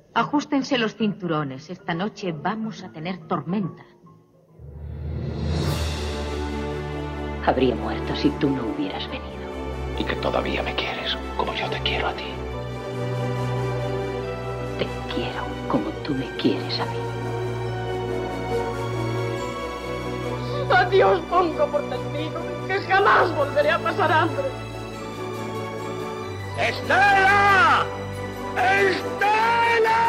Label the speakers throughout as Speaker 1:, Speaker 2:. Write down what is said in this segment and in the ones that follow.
Speaker 1: Ajustense los cinturones. Esta noche vamos a tener tormenta.
Speaker 2: Habría muerto si tú no hubieras venido.
Speaker 3: Y que todavía me quieres, como yo te quiero a ti.
Speaker 2: Te quiero como tú me quieres a mí.
Speaker 4: A Dios pongo por testigo que jamás volveré a pasar hambre.
Speaker 3: ¡Estela! ¡Estela!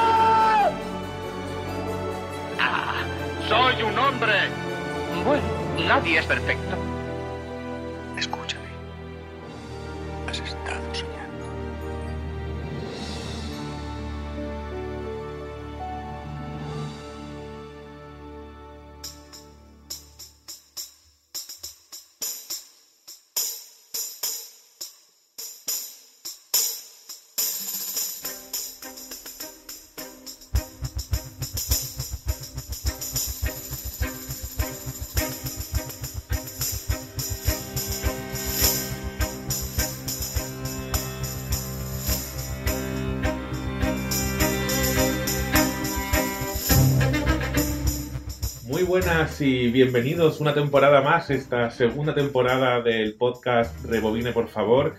Speaker 3: ¡Ah! ¡Soy un hombre! Bueno, nadie es perfecto. Escúchame. Has estado soñando.
Speaker 5: Muy buenas y bienvenidos una temporada más, esta segunda temporada del podcast Rebobine, por favor.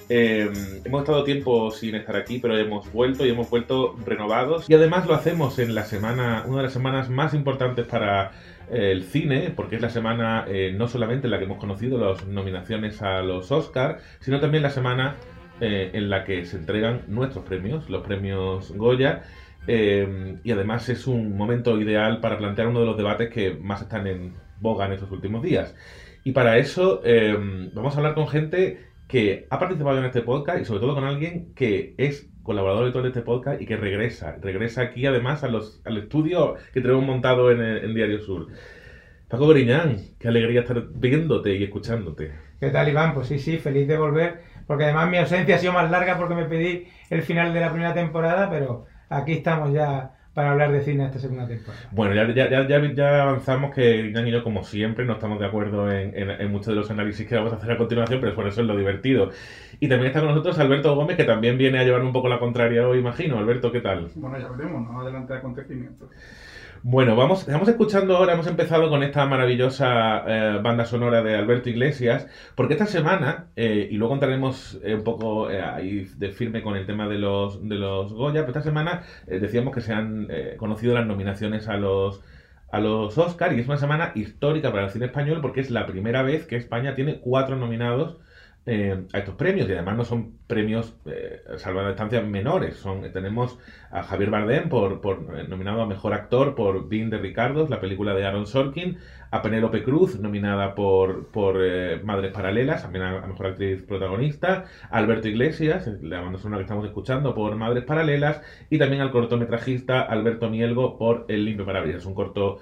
Speaker 5: Hemos estado tiempo sin estar aquí, pero hemos vuelto y hemos vuelto renovados. Y además lo hacemos en la semana, una de las semanas más importantes para el cine, porque es la semana no solamente en la que hemos conocido las nominaciones a los Oscar, sino también la semana en la que se entregan nuestros premios, los premios Goya. Y además es un momento ideal para plantear uno de los debates que más están en boga en estos últimos días. Y para eso vamos a hablar con gente que ha participado en este podcast y sobre todo con alguien que es colaborador habitual de este podcast y que regresa aquí además al estudio que tenemos montado en Diario Sur. Paco Griñán, qué alegría estar viéndote y escuchándote.
Speaker 6: ¿Qué tal, Iván? Pues sí, feliz de volver, porque además mi ausencia ha sido más larga porque me pedí el final de la primera temporada, pero aquí estamos ya para hablar de cine esta segunda temporada.
Speaker 5: Bueno, ya avanzamos que Griñán y yo, como siempre, no estamos de acuerdo en muchos de los análisis que vamos a hacer a continuación, pero por eso es lo divertido. Y también está con nosotros Alberto Gómez, que también viene a llevar un poco la contraria hoy, imagino. Alberto, ¿qué tal?
Speaker 7: Bueno, ya veremos, no adelante de acontecimientos.
Speaker 5: Bueno, estamos escuchando ahora, hemos empezado con esta maravillosa banda sonora de Alberto Iglesias, porque esta semana, y luego entraremos un poco ahí de firme con el tema de los Goya, pero esta semana decíamos que se han conocido las nominaciones a los Oscar, y es una semana histórica para el cine español porque es la primera vez que España tiene 4 nominados a estos premios, y además no son premios, salvando distancias, menores. Tenemos a Javier Bardem nominado a Mejor Actor por Being de Ricardos, la película de Aaron Sorkin, a Penélope Cruz, nominada por Madres Paralelas, también a Mejor Actriz Protagonista, a Alberto Iglesias, la banda sonora que estamos escuchando, por Madres Paralelas, y también al cortometrajista Alberto Mielgo por El Limpio Parabrisas, un corto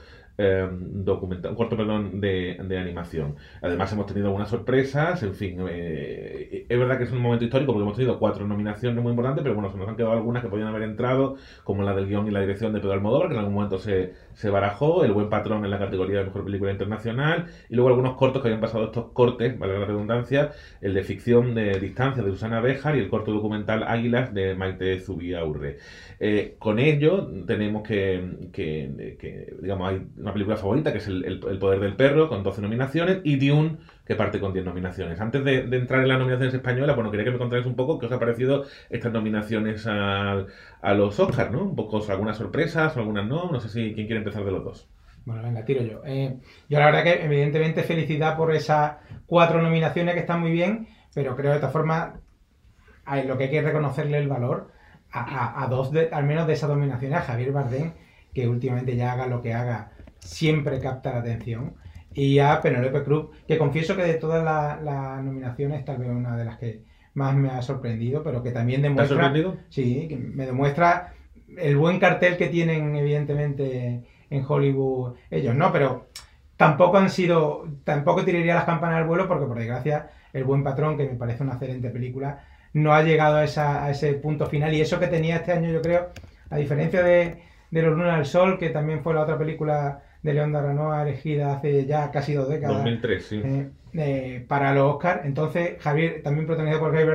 Speaker 5: de animación. Además hemos tenido algunas sorpresas, en fin, es verdad que es un momento histórico porque hemos tenido 4 nominaciones muy importantes, pero bueno, se nos han quedado algunas que podían haber entrado, como la del guión y la dirección de Pedro Almodóvar, que en algún momento se barajó, El Buen Patrón en la categoría de Mejor Película Internacional, y luego algunos cortos que habían pasado, estos cortes, vale la redundancia, el de ficción de distancia de Susana Béjar y el corto documental Águilas de Maite Zubiaurre. Con ello tenemos que digamos, hay una película favorita que es el Poder del Perro con 12 nominaciones y Dune que parte con 10 nominaciones. Antes de entrar en las nominaciones españolas, bueno, quería que me contarais un poco qué os ha parecido estas nominaciones a los Oscar, ¿no? Un poco, algunas sorpresas, algunas no sé si quién quiere empezar de los dos.
Speaker 6: Bueno, venga, tiro yo. Yo la verdad que evidentemente felicidad por esas 4 nominaciones que están muy bien, pero creo de esta forma lo que hay que reconocerle el valor a 2 al menos de esas nominaciones, a Javier Bardem, que últimamente ya haga lo que haga, siempre capta la atención, y a Penélope Cruz, que confieso que de todas las nominaciones, tal vez una de las que más me ha sorprendido, pero que también demuestra...
Speaker 5: ¿Te ha sorprendido?
Speaker 6: Sí, que me demuestra el buen cartel que tienen, evidentemente, en Hollywood ellos, ¿no? Pero tampoco tiraría las campanas al vuelo, porque por desgracia, El Buen Patrón, que me parece una excelente película, no ha llegado a ese punto final, y eso que tenía este año, yo creo, a diferencia de Los Lunas al Sol, que también fue la otra película de León de Aranoa elegida hace ya casi 2 décadas.
Speaker 5: 2003, sí.
Speaker 6: Para los Oscar. Entonces, Javier, también protagonizado por Javier Bardem,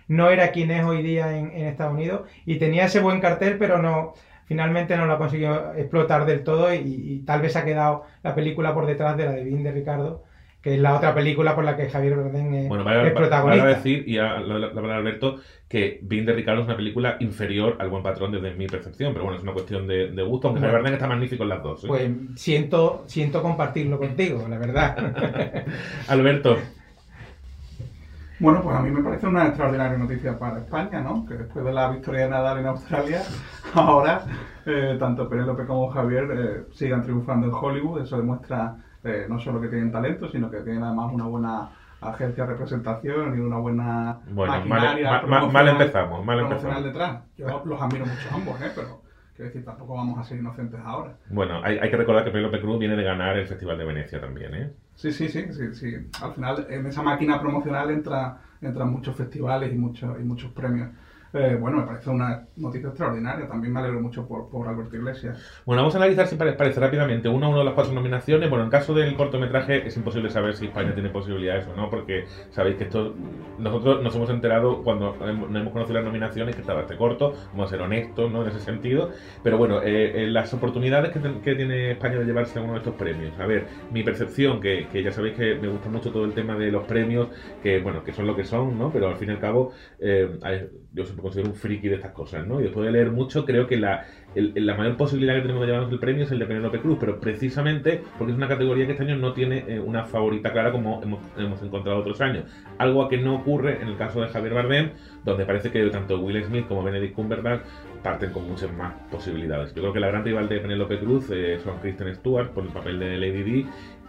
Speaker 6: no era quien es hoy día en Estados Unidos, y tenía ese buen cartel, pero finalmente no lo ha conseguido explotar del todo, y tal vez ha quedado la película por detrás de la de Bean de Ricardo, que es la otra película por la que Javier Bardem es protagonista.
Speaker 5: Vale a decir, y a la palabra Alberto, que Bean de Ricardo es una película inferior al Buen Patrón desde mi percepción, pero bueno, es una cuestión de gusto, aunque Javier Bardem está magnífico en las dos.
Speaker 6: Pues siento compartirlo contigo, la verdad.
Speaker 5: Alberto.
Speaker 7: Bueno, pues a mí me parece una extraordinaria noticia para España, ¿no? Que después de la victoria de Nadal en Australia, ahora tanto Penélope como Javier sigan triunfando en Hollywood. Eso demuestra no solo que tienen talento, sino que tienen además una buena agencia de representación y una buena maquinaria
Speaker 5: mal empezamos.
Speaker 7: detrás. Yo los admiro mucho ambos, pero quiero decir, tampoco vamos a ser inocentes ahora.
Speaker 5: Bueno, hay que recordar que Penélope Cruz viene de ganar el Festival de Venecia también, ¿eh?
Speaker 7: Sí. Al final, en esa máquina promocional entran muchos festivales y muchos premios. Bueno, me parece una noticia extraordinaria. También me alegro mucho por Alberto Iglesias.
Speaker 5: Bueno, vamos a analizar, si parece, rápidamente uno a uno de las 4 nominaciones. Bueno, en caso del cortometraje es imposible saber si España tiene posibilidades o no, porque sabéis que nosotros nos hemos enterado cuando no hemos conocido las nominaciones que estaba este corto. Vamos a ser honestos, ¿no?, en ese sentido. Pero bueno, las oportunidades que tiene España de llevarse a uno de estos premios. A ver, mi percepción, que ya sabéis que me gusta mucho todo el tema de los premios, que son lo que son, ¿no? Pero al fin y al cabo, yo siempre considero un friki de estas cosas, ¿no? Y después de leer mucho, creo que la mayor posibilidad que tenemos de llevarnos el premio es el de Penélope Cruz, pero precisamente porque es una categoría que este año no tiene una favorita clara como hemos encontrado otros años. Algo a que no ocurre en el caso de Javier Bardem, donde parece que tanto Will Smith como Benedict Cumberbatch parten con muchas más posibilidades. Yo creo que la gran rival de Penélope Cruz son Kristen Stewart por el papel de Lady Di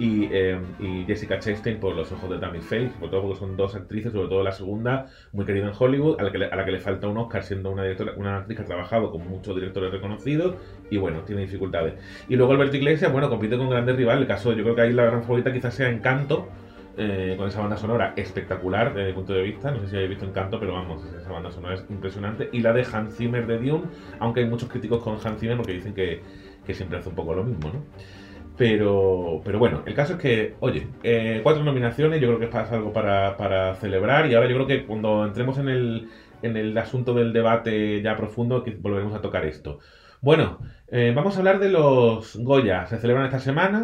Speaker 5: y Jessica Chastain por Los ojos de Tammy Faye, sobre todo porque son dos actrices, sobre todo la segunda, muy querida en Hollywood, a la que le falta un Oscar, siendo una actriz que ha trabajado con muchos directores reconocidos y bueno, tiene dificultades. Y luego Alberto Iglesias, bueno, compite con grandes rivales. El caso, yo creo que ahí la gran favorita quizás sea Encanto, con esa banda sonora espectacular desde mi punto de vista. No sé si habéis visto Encanto, pero vamos, esa banda sonora es impresionante. Y la de Hans Zimmer de Dune, aunque hay muchos críticos con Hans Zimmer porque dicen que siempre hace un poco lo mismo, ¿no? Pero bueno, el caso es que, oye, 4 nominaciones, yo creo que es algo para celebrar. Y ahora yo creo que cuando entremos en el asunto del debate ya profundo, que volveremos a tocar esto. Bueno, vamos a hablar de los Goya. Se celebran esta semana.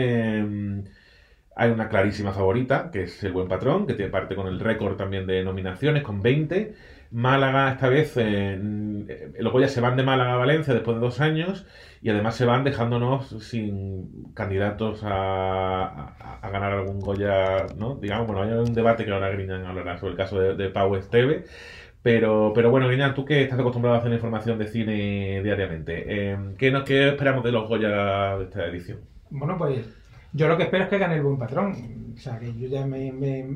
Speaker 5: Hay una clarísima favorita, que es El Buen Patrón, que tiene parte con el récord también de nominaciones, con 20. Málaga, esta vez, los Goya se van de Málaga a Valencia después de 2 años, y además se van dejándonos sin candidatos a ganar algún Goya, ¿no? Digamos, bueno, hay un debate que ahora Griñán hablará sobre el caso de Pau Esteve. Pero bueno, Griñán, tú que estás acostumbrado a hacer información de cine diariamente, ¿qué esperamos de los Goya de esta edición?
Speaker 6: Bueno, pues yo lo que espero es que gane El Buen Patrón. O sea, que yo ya me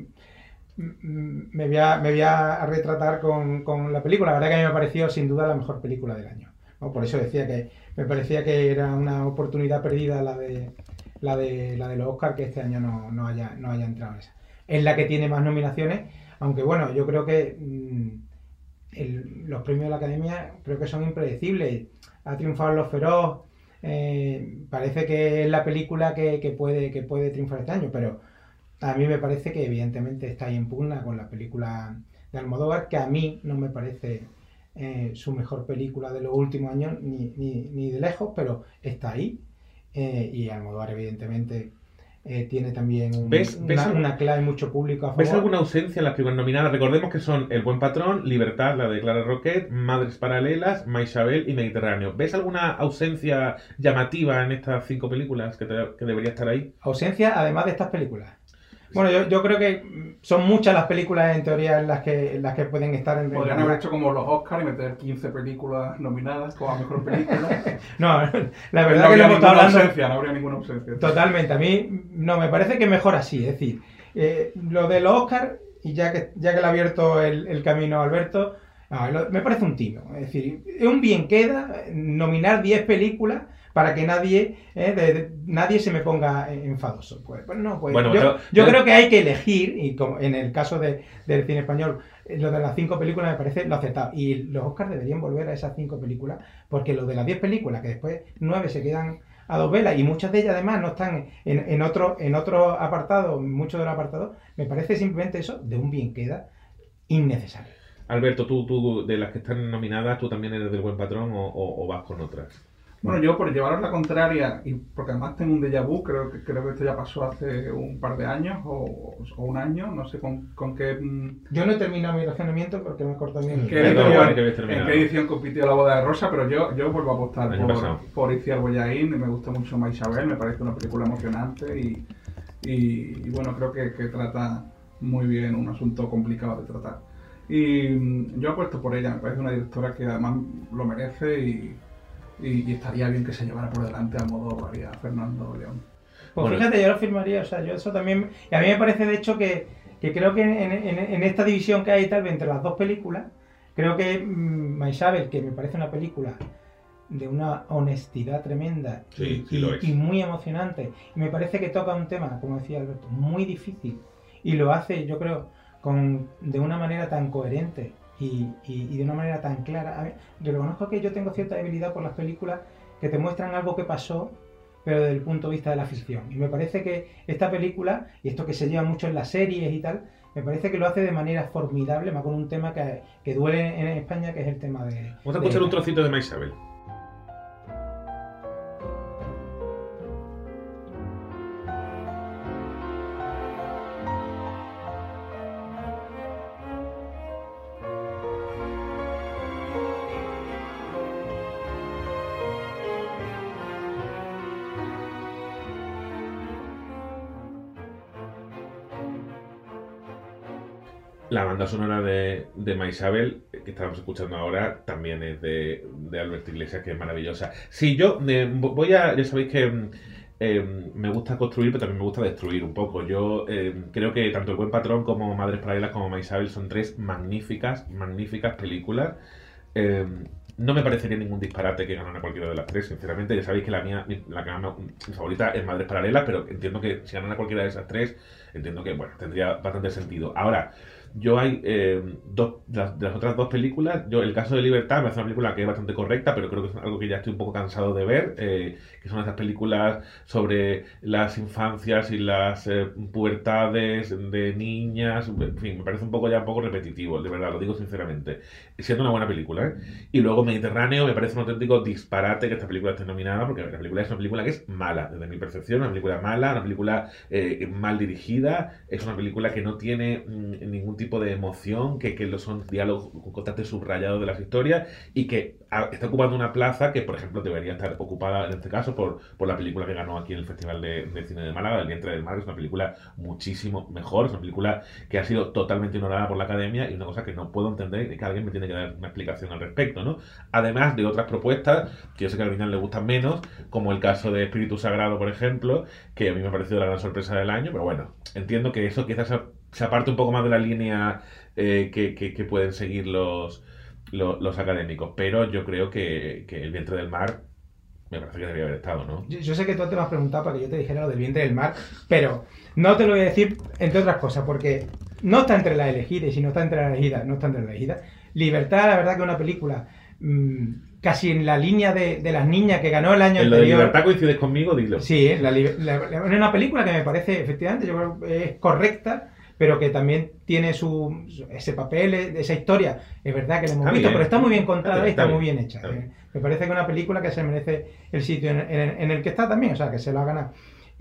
Speaker 6: voy a retratar con la película. La verdad que a mí me ha parecido sin duda la mejor película del año, ¿no? Por eso decía que me parecía que era una oportunidad perdida la de los Oscars, que este año no haya entrado en esa. Es la que tiene más nominaciones, aunque bueno, yo creo que los premios de la Academia creo que son impredecibles. Ha triunfado Los Feroz. Parece que es la película que puede triunfar este año, pero a mí me parece que evidentemente está ahí en pugna con la película de Almodóvar, que a mí no me parece su mejor película de los últimos años ni de lejos, pero está ahí. Y Almodóvar evidentemente tiene también una clave, mucho público a favor.
Speaker 5: ¿Ves alguna ausencia en las películas nominadas? Recordemos que son El Buen Patrón, Libertad, la de Clara Roquet, Madres Paralelas, Maixabel y Mediterráneo. ¿Ves alguna ausencia llamativa en estas 5 películas que debería estar ahí?
Speaker 6: ¿Ausencia además de estas películas? Bueno, yo creo que son muchas las películas en teoría en las que pueden estar en...
Speaker 7: Podrían haber hecho como los Oscars y meter 15 películas nominadas como a mejor película.
Speaker 6: No, la verdad que lo hemos estado hablando...
Speaker 7: No habría ninguna ausencia.
Speaker 6: Totalmente, a mí no me parece que mejor así, es decir, lo de los Oscars, y ya que le ha abierto el camino a Alberto, me parece un tino. Es decir, es un bien queda nominar 10 películas para que nadie se me ponga enfadoso. Pues no, pues bueno, yo creo que hay que elegir, y como en el caso del cine español, lo de las 5 películas me parece lo aceptado. Y los Oscars deberían volver a esas 5 películas, porque lo de las 10 películas, que después 9 se quedan a 2 velas, y muchas de ellas además no están en otro apartado, muchos de los apartados, me parece simplemente eso de un bien queda innecesario.
Speaker 5: Alberto, tú de las que están nominadas, ¿tú también eres del Buen Patrón o vas con otras?
Speaker 7: Bueno, yo por llevaros la contraria, y porque además tengo un déjà vu, creo que esto ya pasó hace un par de años o un año, no sé con qué...
Speaker 6: Yo no he terminado mi razonamiento porque me cortó bien.
Speaker 7: ¿En qué edición compitió La Boda de Rosa? Pero yo vuelvo a apostar por Iciar Boyaín, y me gusta mucho Maisabel, me parece una película emocionante y bueno, creo que trata muy bien un asunto complicado de tratar. Y yo apuesto por ella, me parece una directora que además lo merece y estaría bien que se llevara por delante a Almodóvar y a Fernando León.
Speaker 6: Pues bueno, fíjate, yo lo firmaría, o sea, yo eso también... Y a mí me parece, de hecho, que creo que en esta división que hay tal vez entre las dos películas, creo que Maisabel, que me parece una película de una honestidad tremenda y muy emocionante, y me parece que toca un tema, como decía Alberto, muy difícil, y lo hace, yo creo, de una manera tan coherente y de una manera tan clara. A ver, yo reconozco que yo tengo cierta debilidad por las películas que te muestran algo que pasó, pero desde el punto de vista de la ficción. Y me parece que esta película, y esto que se lleva mucho en las series y tal, me parece que lo hace de manera formidable, más con un tema que duele en España, que es el tema de...
Speaker 5: Vamos a escuchar un trocito de Maisabel. La banda sonora de Maisabel, que estamos escuchando ahora, también es de Alberto Iglesias, que es maravillosa. Sí, yo ya sabéis que me gusta construir, pero también me gusta destruir un poco. Yo creo que tanto El Buen Patrón como Madres Paralelas como Maisabel son tres magníficas películas. No me parecería ningún disparate que ganara cualquiera de las tres, sinceramente. Ya sabéis que mi favorita es Madres Paralelas, pero entiendo que si ganara cualquiera de esas tres, entiendo que tendría bastante sentido. Ahora, yo hay de las otras dos películas, El Caso de Libertad me hace una película que es bastante correcta, pero creo que es algo que ya estoy un poco cansado de ver, que son esas películas sobre las infancias y las pubertades de niñas, en fin, me parece un poco repetitivo, de verdad, lo digo sinceramente, siendo una buena película, ¿eh? Y luego Mediterráneo me parece un auténtico disparate que esta película esté nominada, porque la película es una película que es mala, desde mi percepción, una película mala, una película mal dirigida, es una película que no tiene ningún tipo de emoción, que son diálogos constantes subrayados de las historias y que está ocupando una plaza que, por ejemplo, debería estar ocupada en este caso por la película que ganó aquí en el Festival de Cine de Málaga, El Vientre del Mar, que es una película muchísimo mejor, es una película que ha sido totalmente ignorada por la Academia y una cosa que no puedo entender y que alguien me tiene que dar una explicación al respecto, ¿no? Además de otras propuestas que yo sé que al final le gustan menos, como el caso de Espíritu Sagrado, por ejemplo, que a mí me ha parecido la gran sorpresa del año, pero bueno, entiendo que eso quizás se aparte un poco más de la línea que pueden seguir los académicos, pero yo creo que El Vientre del Mar me parece que debería haber estado, ¿no?
Speaker 6: Yo sé que tú te me has preguntado para que yo te dijera lo del Vientre del Mar, pero no te lo voy a decir entre otras cosas, porque no está entre las elegidas, y si no está entre las elegidas, no está entre las elegidas. Libertad, la verdad que es una película casi en la línea de las niñas que ganó el año anterior.
Speaker 5: ¿En lo de Libertad coincides conmigo? Dilo.
Speaker 6: Sí, es una película que me parece, efectivamente, yo creo que es correcta, pero que también tiene ese papel, esa historia, es verdad que la hemos visto, pero está muy bien contada y está muy bien hecha. Me parece que es una película que se merece el sitio en el que está también, o sea, que se lo ha ganado.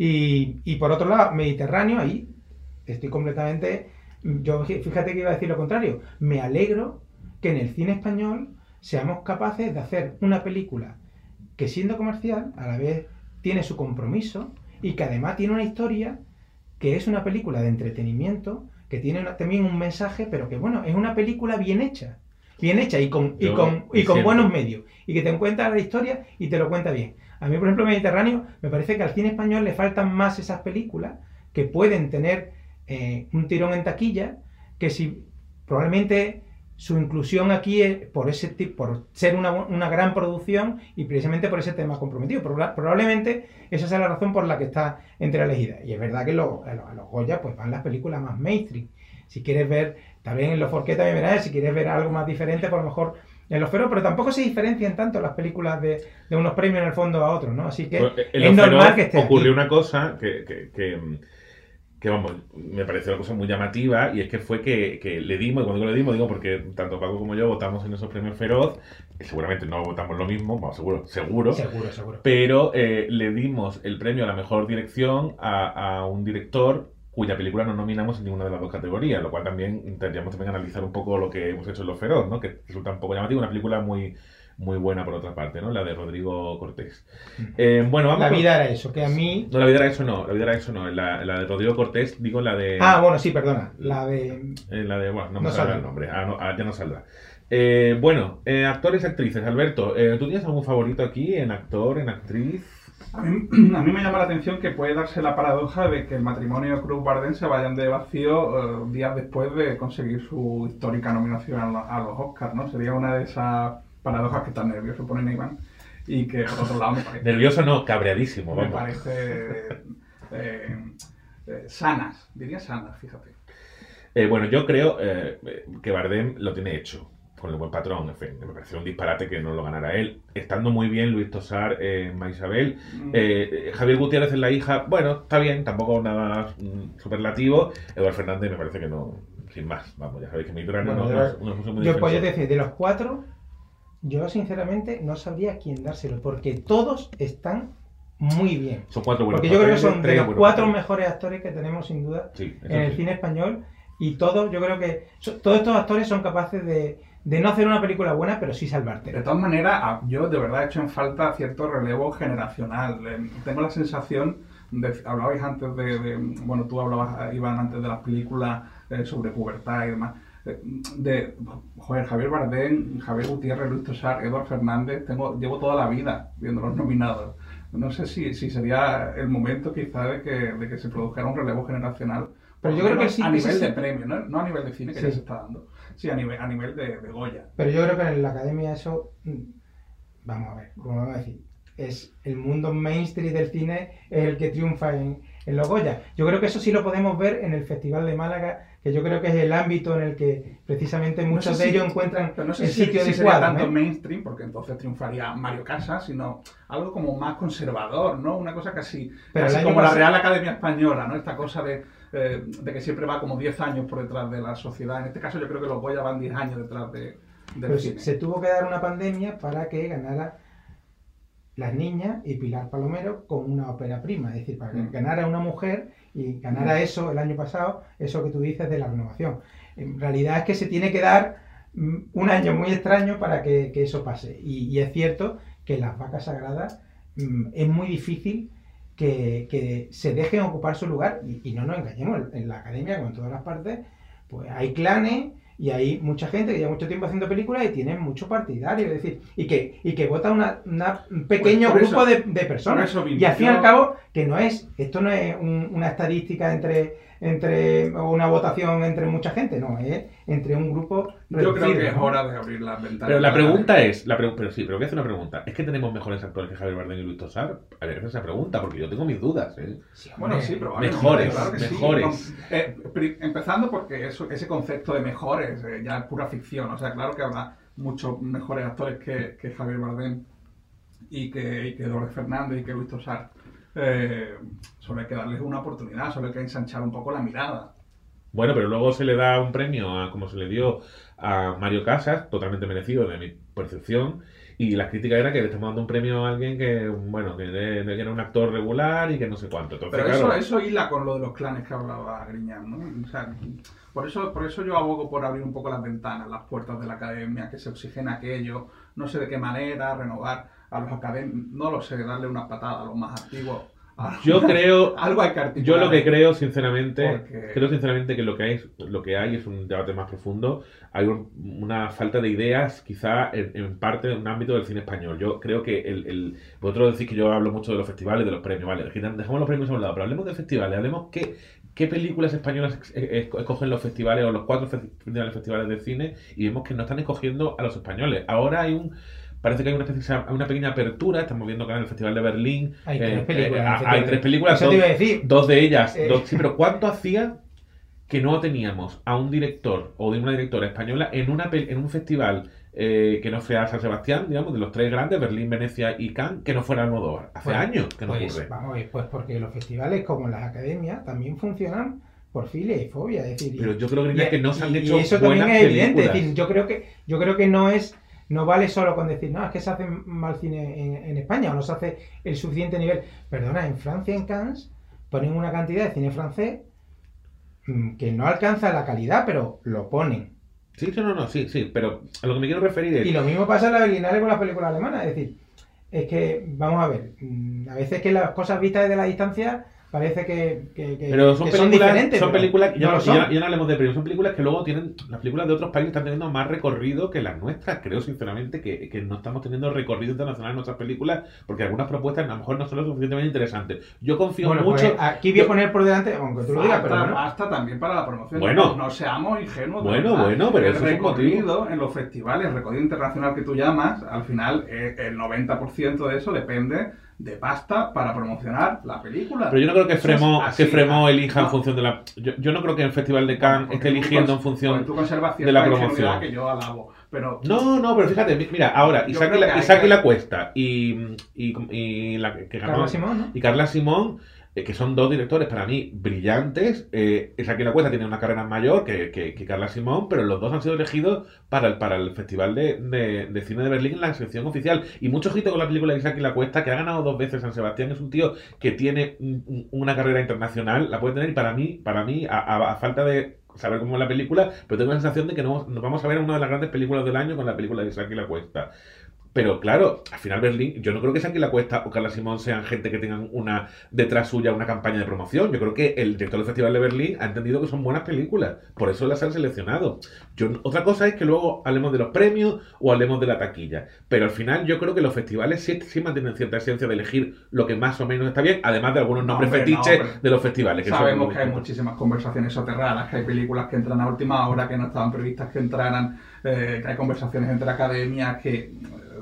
Speaker 6: Y por otro lado, Mediterráneo, ahí estoy completamente... Yo fíjate que iba a decir lo contrario, me alegro que en el cine español seamos capaces de hacer una película que, siendo comercial, a la vez tiene su compromiso y que además tiene una historia que es una película de entretenimiento, que tiene también un mensaje, pero que bueno, es una película bien hecha y con buenos medios, y que te cuenta la historia y te lo cuenta bien. A mí, por ejemplo, Mediterráneo, me parece que al cine español le faltan más esas películas que pueden tener un tirón en taquilla, que si probablemente su inclusión aquí es por ser una gran producción y precisamente por ese tema comprometido. Probablemente esa sea la razón por la que está entre elegidas. Y es verdad que a los Goya pues van las películas más mainstream. Si quieres ver, también en los Forqué también verás, si quieres ver algo más diferente, por lo mejor en los Feroz, pero tampoco se diferencian tanto las películas de unos premios en el fondo a otros, ¿no? Así que
Speaker 5: pues
Speaker 6: es normal que esté
Speaker 5: ocurrió
Speaker 6: aquí.
Speaker 5: Una cosa que vamos, me pareció una cosa muy llamativa, y es que fue que le dimos, y cuando le dimos, digo, porque tanto Paco como yo votamos en esos premios Feroz, que seguramente no votamos lo mismo, bueno, seguro, pero le dimos el premio a la mejor dirección a un director cuya película no nominamos en ninguna de las dos categorías, lo cual también intentaríamos también analizar un poco lo que hemos hecho en Los Feroz, ¿no? Que resulta un poco llamativo, una película muy buena por otra parte, ¿no? La de Rodrigo Cortés. Bueno, vamos.
Speaker 6: La vida era eso, que a mí...
Speaker 5: No, la vida era eso no. La de Rodrigo Cortés, digo la de...
Speaker 6: bueno, sí, perdona. La de...
Speaker 5: bueno, no me saldrá el nombre. Ya no saldrá. Actores y actrices. Alberto, ¿tú tienes algún favorito aquí en actor, en actriz?
Speaker 7: A mí me llama la atención que puede darse la paradoja de que el matrimonio Cruz-Bardem se vayan de vacío días después de conseguir su histórica nominación a los Oscars, ¿no? Sería una de esas paradojas que tan nervioso pone Iván y que por otro lado me parece...
Speaker 5: Nervioso no, cabreadísimo, vamos.
Speaker 7: Me parece sanas, diría sanas, fíjate.
Speaker 5: Bueno, yo creo que Bardem lo tiene hecho con el buen patrón, en fin, me pareció un disparate que no lo ganara él. Estando muy bien Luis Tosar en Maisabel, Javier Gutiérrez en La hija, bueno, está bien, tampoco nada superlativo. Eduardo Fernández me parece que no, sin más, vamos, ya sabéis que mi grano no es muy
Speaker 6: difícil. Yo puedo decir, de los 4, yo sinceramente no sabría quién dárselo, porque todos están muy bien.
Speaker 5: Son 4 buenos.
Speaker 6: Porque yo creo que son de los 4 mejores actores que tenemos sin duda en el cine español, y todos, yo creo que todos estos actores son capaces de no hacer una película buena, pero sí salvarte.
Speaker 7: De todas maneras, yo de verdad he hecho en falta cierto relevo generacional. Tengo la sensación, hablabais antes bueno, tú hablabas, Iván, antes de las películas sobre pubertad y demás, Javier Bardem, Javier Gutiérrez, Luis Tosar, Eduardo Fernández, llevo toda la vida viendo los nominados. No sé si sería el momento quizá de que se produjera un relevo generacional.
Speaker 6: Pero yo creo que sí,
Speaker 7: a nivel de premio, no a nivel de cine que ya se está dando, sí a nivel de Goya.
Speaker 6: Pero yo creo que en la academia eso, vamos a ver, como vamos a decir, es el mundo mainstream del cine es el que triunfa en los Goya. Yo creo que eso sí lo podemos ver en el Festival de Málaga, que yo creo que es el ámbito en el que precisamente muchos de ellos encuentran el sitio
Speaker 7: de sería tanto mainstream, porque entonces triunfaría Mario Casas, sino algo como más conservador, ¿no? Una cosa casi como la Real Academia Española, ¿no? Esta cosa de que siempre va como 10 años por detrás de la sociedad. En este caso yo creo que los Goya van 10 años detrás del cine.
Speaker 6: Se tuvo que dar una pandemia para que ganara Las Niñas y Pilar Palomero con una ópera prima, es decir, para que ganara una mujer y ganara eso el año pasado, eso que tú dices de la renovación. En realidad es que se tiene que dar un año muy extraño para que eso pase. Y es cierto que Las Vacas Sagradas es muy difícil que se dejen ocupar su lugar, y no nos engañemos, en la academia, como en todas las partes, pues hay clanes y hay mucha gente que lleva mucho tiempo haciendo películas y tienen mucho partidario, es decir, y que vota un pequeño grupo de personas. Y al fin y al cabo, esto no es una estadística o una votación entre mucha gente, no, es entre un grupo reducido.
Speaker 7: Yo creo que es hora de abrir las ventanas.
Speaker 5: Pero la pregunta es, pero voy a hacer una pregunta, ¿es que tenemos mejores actores que Javier Bardem y Luis Tosar? A ver, esa pregunta, porque yo tengo mis dudas, ¿eh?
Speaker 7: Sí, bueno, sí, pero
Speaker 5: mejores,
Speaker 7: claro que
Speaker 5: mejores.
Speaker 7: Sí. Empezando porque ese concepto de mejores ya es pura ficción, o sea, claro que habrá muchos mejores actores que Javier Bardem y que Eduardo Fernández y que Luis Tosar. Solo hay que darles una oportunidad, solo hay que ensanchar un poco la mirada.
Speaker 5: Bueno, pero luego se le da un premio, como se le dio a Mario Casas, totalmente merecido de mi percepción, y la crítica era que le estamos dando un premio a alguien que era un actor regular y que no sé cuánto. Entonces,
Speaker 7: pero
Speaker 5: claro,
Speaker 7: eso hila con lo de los clanes que hablaba Griñán, ¿no? O sea, por eso yo abogo por abrir un poco las ventanas, las puertas de la academia, que se oxigena aquello, no sé de qué manera, renovar a los académicos, no lo sé, darle una patada a los más antiguos.
Speaker 5: Yo creo,
Speaker 7: algo hay que articular.
Speaker 5: Yo lo que creo sinceramente que lo que hay es un debate más profundo. Hay una falta de ideas, quizá en parte de un ámbito del cine español. Yo creo que vosotros decís que yo hablo mucho de los festivales, de los premios, vale, dejamos los premios a un lado, pero hablemos de festivales, hablemos qué películas españolas escogen los festivales o los 4 festivales de cine, y vemos que no están escogiendo a los españoles. Ahora parece que hay una pequeña apertura. Estamos viendo que en el Festival de Berlín
Speaker 6: hay 3 películas.
Speaker 5: Hay 3 películas, dos de ellas. Sí, pero ¿cuánto hacía que no teníamos a un director o de una directora española en un festival que no sea San Sebastián, digamos, de los tres grandes, Berlín, Venecia y Cannes, que no fuera Almodóvar. Hace años que no ocurre.
Speaker 6: Vamos a ver, pues porque los festivales, como las academias, también funcionan por filia y fobia. Es decir,
Speaker 5: pero yo creo que no se han hecho
Speaker 6: y eso
Speaker 5: buenas
Speaker 6: también es evidente.
Speaker 5: películas.
Speaker 6: Es decir, yo creo que no vale solo con decir, no, es que se hace mal cine en España o no se hace el suficiente nivel. Perdona, en Francia, en Cannes, ponen una cantidad de cine francés que no alcanza la calidad, pero lo ponen.
Speaker 5: Sí, pero a lo que me quiero referir es...
Speaker 6: Y lo mismo pasa en la Berlinale con las películas alemanas, es decir, es que, vamos a ver, a veces que las cosas vistas desde la distancia parece
Speaker 5: pero son
Speaker 6: que
Speaker 5: películas,
Speaker 6: son diferentes.
Speaker 5: son películas,
Speaker 6: no lo son.
Speaker 5: ya no hablemos de premios, son películas que luego tienen, las películas de otros países están teniendo más recorrido que las nuestras. Creo sinceramente que no estamos teniendo recorrido internacional en nuestras películas porque algunas propuestas a lo mejor no son lo suficientemente interesantes. Yo confío mucho...
Speaker 6: Pues aquí voy a poner por delante, aunque tú lo digas, pero bueno.
Speaker 7: Basta también para la promoción.
Speaker 5: Bueno.
Speaker 7: No seamos ingenuos.
Speaker 5: Bueno, pero
Speaker 7: el
Speaker 5: eso es un motivo.
Speaker 7: recorrido en los festivales, el recorrido internacional que tú llamas, al final el 90% de eso depende de pasta para promocionar la película.
Speaker 5: Pero yo no creo que Fremont elija
Speaker 7: no.
Speaker 5: en función de la... Yo no creo que el Festival de Cannes esté eligiendo en función
Speaker 7: tú conservas
Speaker 5: de la
Speaker 7: cierta
Speaker 5: promoción.
Speaker 7: ingenuidad que yo alabo. Pero
Speaker 5: No, pero fíjate, mira, ahora
Speaker 7: Yo
Speaker 5: Isaac
Speaker 7: creo que
Speaker 5: y la Cuesta y la que ganó,
Speaker 6: Carla Simón, ¿no?
Speaker 5: y Carla Simón, que son dos directores para mí brillantes. Isaac y la Cuesta tiene una carrera mayor que Carla Simón, pero los dos han sido elegidos para el Festival de Cine de Berlín en la sección oficial. Y mucho ojito con la película de Isaac y la Cuesta, que ha ganado 2 veces San Sebastián. Es un tío que tiene una carrera internacional, la puede tener, y para mí a falta de saber cómo es la película, pero tengo la sensación de que nos vamos a ver una de las grandes películas del año con la película de Isaac y la Cuesta. Pero claro, al final Berlín, yo no creo que Isaac y la Cuesta o Carla Simón sean gente que tengan detrás suya una campaña de promoción. Yo creo que el director del Festival de Berlín ha entendido que son buenas películas, por eso las han seleccionado. Otra cosa es que luego hablemos de los premios o hablemos de la taquilla, pero al final yo creo que los festivales sí mantienen cierta esencia de elegir lo que más o menos está bien, además de algunos nombres fetiches de los festivales.
Speaker 7: Sabemos que hay muchísimas conversaciones soterradas, que hay películas que entran a última hora, que no estaban previstas que entraran, que hay conversaciones entre academias que...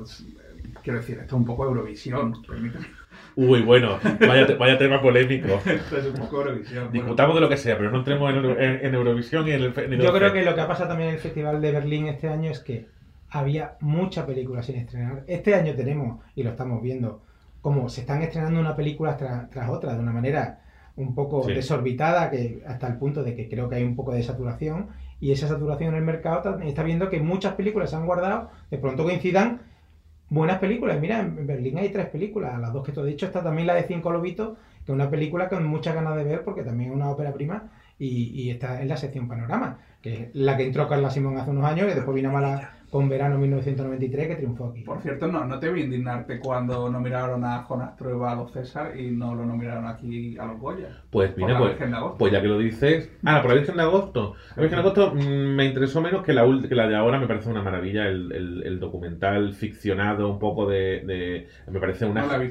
Speaker 7: Quiero decir, esto es un poco Eurovisión, permíteme.
Speaker 5: Uy, bueno, vaya tema polémico.
Speaker 7: Esto es un poco Eurovisión.
Speaker 5: Discutamos de lo que sea, pero no entremos en Eurovisión y en el...
Speaker 6: Yo creo que lo que ha pasado también en el Festival de Berlín este año es que había mucha película sin estrenar. Este año tenemos, y lo estamos viendo, como se están estrenando una película tras otra de una manera un poco desorbitada, que hasta el punto de que creo que hay un poco de saturación, y esa saturación en el mercado está viendo que muchas películas se han guardado, de pronto coincidan buenas películas. Mira, en Berlín hay 3 películas, las 2 que te he dicho, está también la de 5 lobitos, que es una película con muchas ganas de ver porque también es una ópera prima y está en la sección Panorama, que es la que entró Carla Simón hace unos años y después vino mala con Verano 1993, que triunfó aquí.
Speaker 7: Por cierto, no te vi indignarte cuando nominaron a Jonas Trueba a los César y no lo nominaron aquí a los Goya.
Speaker 5: Pues mira, pues ya que lo dices... por la Virgen de Agosto. La Virgen de Agosto me interesó menos que la de ahora. Me parece una maravilla el documental ficcionado un poco me parece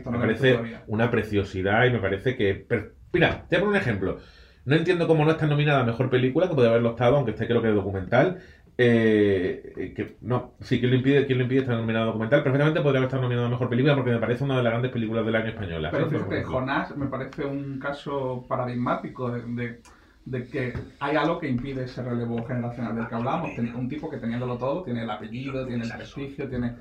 Speaker 5: una preciosidad y me parece que... Mira, te voy a poner un ejemplo. No entiendo cómo no está nominada a Mejor Película, que podría haberlo estado, aunque creo que es documental. ¿Quién lo impide estar nominado a documental? Perfectamente podría haber estado nominado a Mejor Película porque me parece una de las grandes películas del año española.
Speaker 7: Pero fíjate, Jonás me parece un caso paradigmático de que hay algo que impide ese relevo generacional del que hablábamos. Un tipo que teniéndolo todo, tiene el apellido, tiene el prestigio, tiene...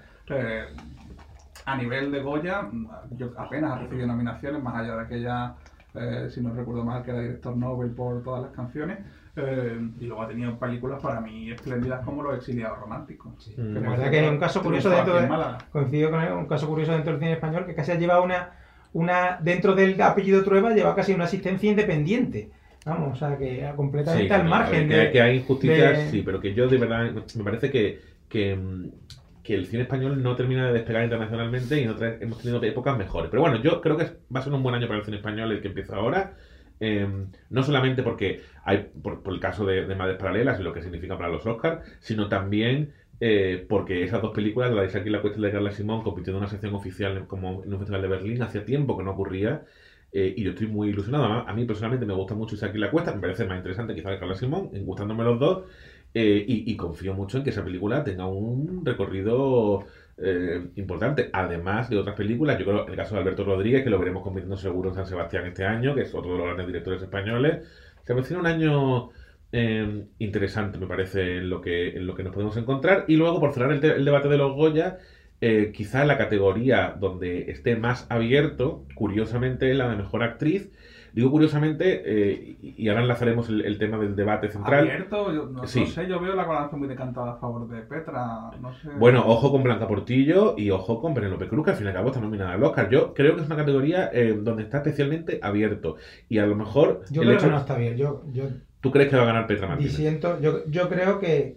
Speaker 7: a nivel de Goya, yo apenas ha recibido nominaciones, más allá de aquella, si no recuerdo mal, que era director Nobel por todas las canciones. Y luego ha tenido películas para mí espléndidas como Los Exiliados Románticos.
Speaker 6: Sí. La verdad que es un caso curioso coincido con él, un caso curioso dentro del cine español, que casi ha llevado una dentro del apellido Trueba, lleva casi una asistencia independiente. Vamos, o sea, que completamente al margen
Speaker 5: que hay injusticias, sí, pero que yo de verdad me parece que el cine español no termina de despegar internacionalmente y hemos tenido épocas mejores. Pero bueno, yo creo que va a ser un buen año para el cine español el que empieza ahora. No solamente porque hay por el caso de Madres Paralelas y lo que significa para los Oscars, sino también porque esas 2 películas, la de Isaac y la Cuesta de Carla Simón, compitiendo en una sección oficial como en un festival de Berlín, hacía tiempo que no ocurría. Y yo estoy muy ilusionado. A mí personalmente me gusta mucho Isaac y la Cuesta, me parece más interesante quizás que Carla Simón, gustándome los dos, y confío mucho en que esa película tenga un recorrido importante, además de otras películas. Yo creo en el caso de Alberto Rodríguez, que lo veremos compitiendo seguro en San Sebastián este año, que es otro de los grandes directores españoles. Se avecina un año interesante, me parece, en lo que nos podemos encontrar. Y luego, por cerrar el debate de los Goya, quizá la categoría donde esté más abierto, curiosamente, es la de mejor actriz. Digo curiosamente, y ahora enlazaremos el tema del debate central.
Speaker 7: Abierto, no sé, yo veo la balanza muy decantada a favor de Petra, no sé.
Speaker 5: Bueno, ojo con Blanca Portillo y ojo con Penélope Cruz, que al fin y al cabo está nominada al Oscar. Yo creo que es una categoría donde está especialmente abierto. Y a lo mejor...
Speaker 6: Yo creo que no está bien.
Speaker 5: ¿Tú crees que va a ganar Petra Martínez?
Speaker 6: Yo creo que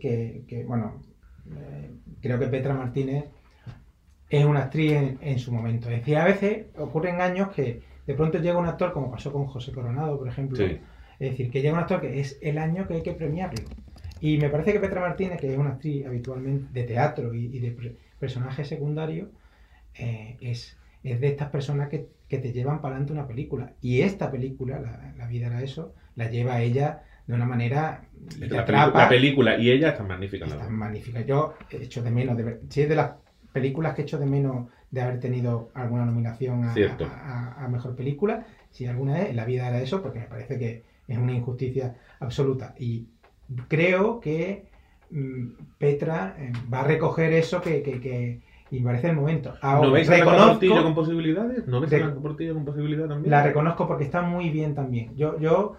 Speaker 6: creo que Petra Martínez es una actriz en su momento. Es decir, a veces ocurren años que de pronto llega un actor, como pasó con José Coronado, por ejemplo.
Speaker 5: Sí.
Speaker 6: Es decir, que llega un actor que es el año que hay que premiarlo. Y me parece que Petra Martínez, que es una actriz habitualmente de teatro y de personajes secundarios, es de estas personas que te llevan para adelante una película. Y esta película, La vida era eso, la lleva ella de una manera...
Speaker 5: La película y ella está magnífica.
Speaker 6: Está magnífica. Yo echo de menos, si es de las películas que echo de menos de haber tenido alguna nominación a mejor película, si alguna es, La vida era eso, porque me parece que es una injusticia absoluta. Y creo que Petra va a recoger eso y me parece el momento. Ahora,
Speaker 5: ¿No veis a Blanca Portillo con posibilidades? ¿No veis a Blanca Portillo con posibilidades también?
Speaker 6: La reconozco porque está muy bien también. Yo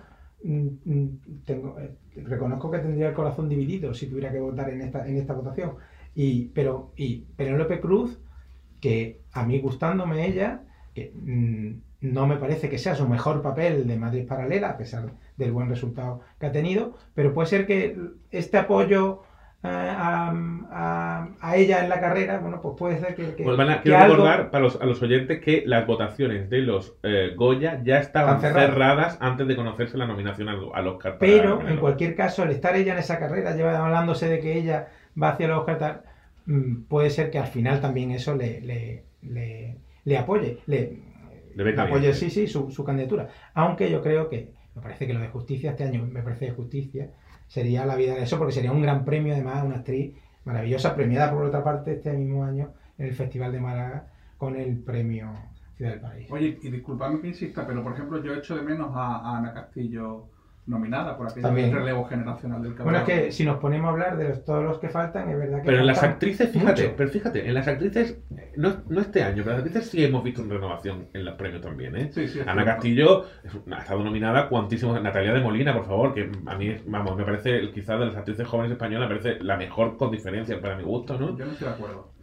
Speaker 6: reconozco que tendría el corazón dividido si tuviera que votar en esta votación. Pero Penélope Cruz, que a mí gustándome ella, que no me parece que sea su mejor papel de Madrid Paralela, a pesar del buen resultado que ha tenido, pero puede ser que este apoyo a ella en la carrera, bueno, pues puede ser que
Speaker 5: quiero recordar a los oyentes que las votaciones de los Goya ya estaban cerradas antes de conocerse la nominación al Oscar.
Speaker 6: Pero en cualquier caso, el estar ella en esa carrera, lleva hablándose de que ella va hacia el Oscar, puede ser que al final también eso le apoye, le apoye su candidatura. Aunque yo creo que, me parece que lo de justicia este año, me parece de justicia, sería La vida de eso, porque sería un gran premio, además, una actriz maravillosa, premiada por otra parte este mismo año en el Festival de Málaga con el premio Ciudad del Paraíso.
Speaker 7: Oye, y disculpadme que insista, pero por ejemplo yo echo de menos a Ana Castillo nominada por aquel relevo generacional del
Speaker 6: Bueno, es que si nos ponemos a hablar de todos los que faltan, es verdad que
Speaker 5: pero en las actrices, fíjate, en las actrices, no este año, pero en las actrices sí hemos visto una renovación en los premios también, ¿eh?
Speaker 7: Sí,
Speaker 5: Ana Castillo ha estado nominada cuantísimo. Natalia de Molina, por favor, que a mí, me parece, quizás de las actrices jóvenes españolas, me parece la mejor con diferencia para mi gusto, ¿no?
Speaker 7: Yo no estoy de acuerdo.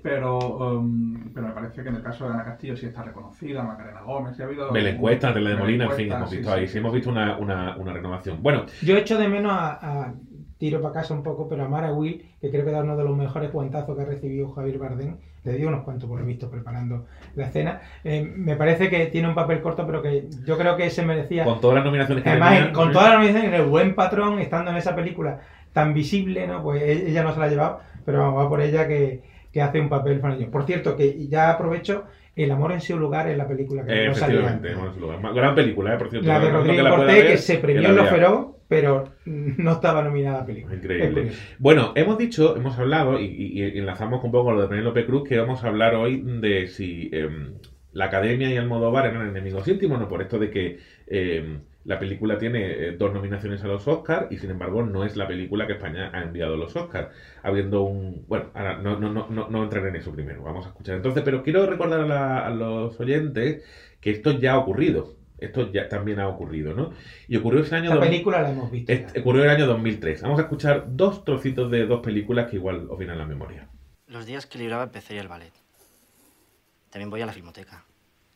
Speaker 7: Pero me parece que en el caso de Ana Castillo sí está reconocida, Macarena Gómez, sí ha habido...
Speaker 5: Belén Cuesta, Natalia de Molina, en fin, hemos visto ahí, sí hemos visto una renovación. Bueno,
Speaker 6: yo echo de menos a tiro para casa un poco, pero a Mara Will, que creo que da uno de los mejores guantazos que ha recibido Javier Bardem, le dio unos cuantos por lo visto preparando la escena. Me parece que tiene un papel corto, pero que yo creo que se merecía...
Speaker 5: Con todas las nominaciones que
Speaker 6: además, con todas las nominaciones, en El buen patrón, estando en esa película tan visible, ¿no? Pues ella no se la ha llevado, pero vamos, va por ella que hace un papel fantástico. Por cierto, que ya aprovecho, El amor en su lugar es la película que no salió antes.
Speaker 5: El amor en su lugar. Gran película, por cierto.
Speaker 6: La de Rodrigo Cortés, que se premió en Lo Feroz, pero no estaba nominada a película.
Speaker 5: Increíble. Bueno, hemos hablado, y enlazamos un poco con lo de Penélope Cruz, que vamos a hablar hoy de si la Academia y Almodóvar eran enemigos íntimos, no por esto de que la película tiene 2 nominaciones a los Oscars y sin embargo no es la película que España ha enviado a los Oscars, habiendo un... Bueno, ahora no entraré en eso primero, vamos a escuchar entonces, pero quiero recordar a los oyentes que esto ya ha ocurrido. Esto ya también ha ocurrido, ¿no? Y ocurrió ese año...
Speaker 6: La película la hemos visto.
Speaker 5: Ocurrió el año 2003. Vamos a escuchar 2 trocitos de 2 películas que igual os vienen a la memoria.
Speaker 8: Los días que libraba empecé el ballet. También voy a la filmoteca.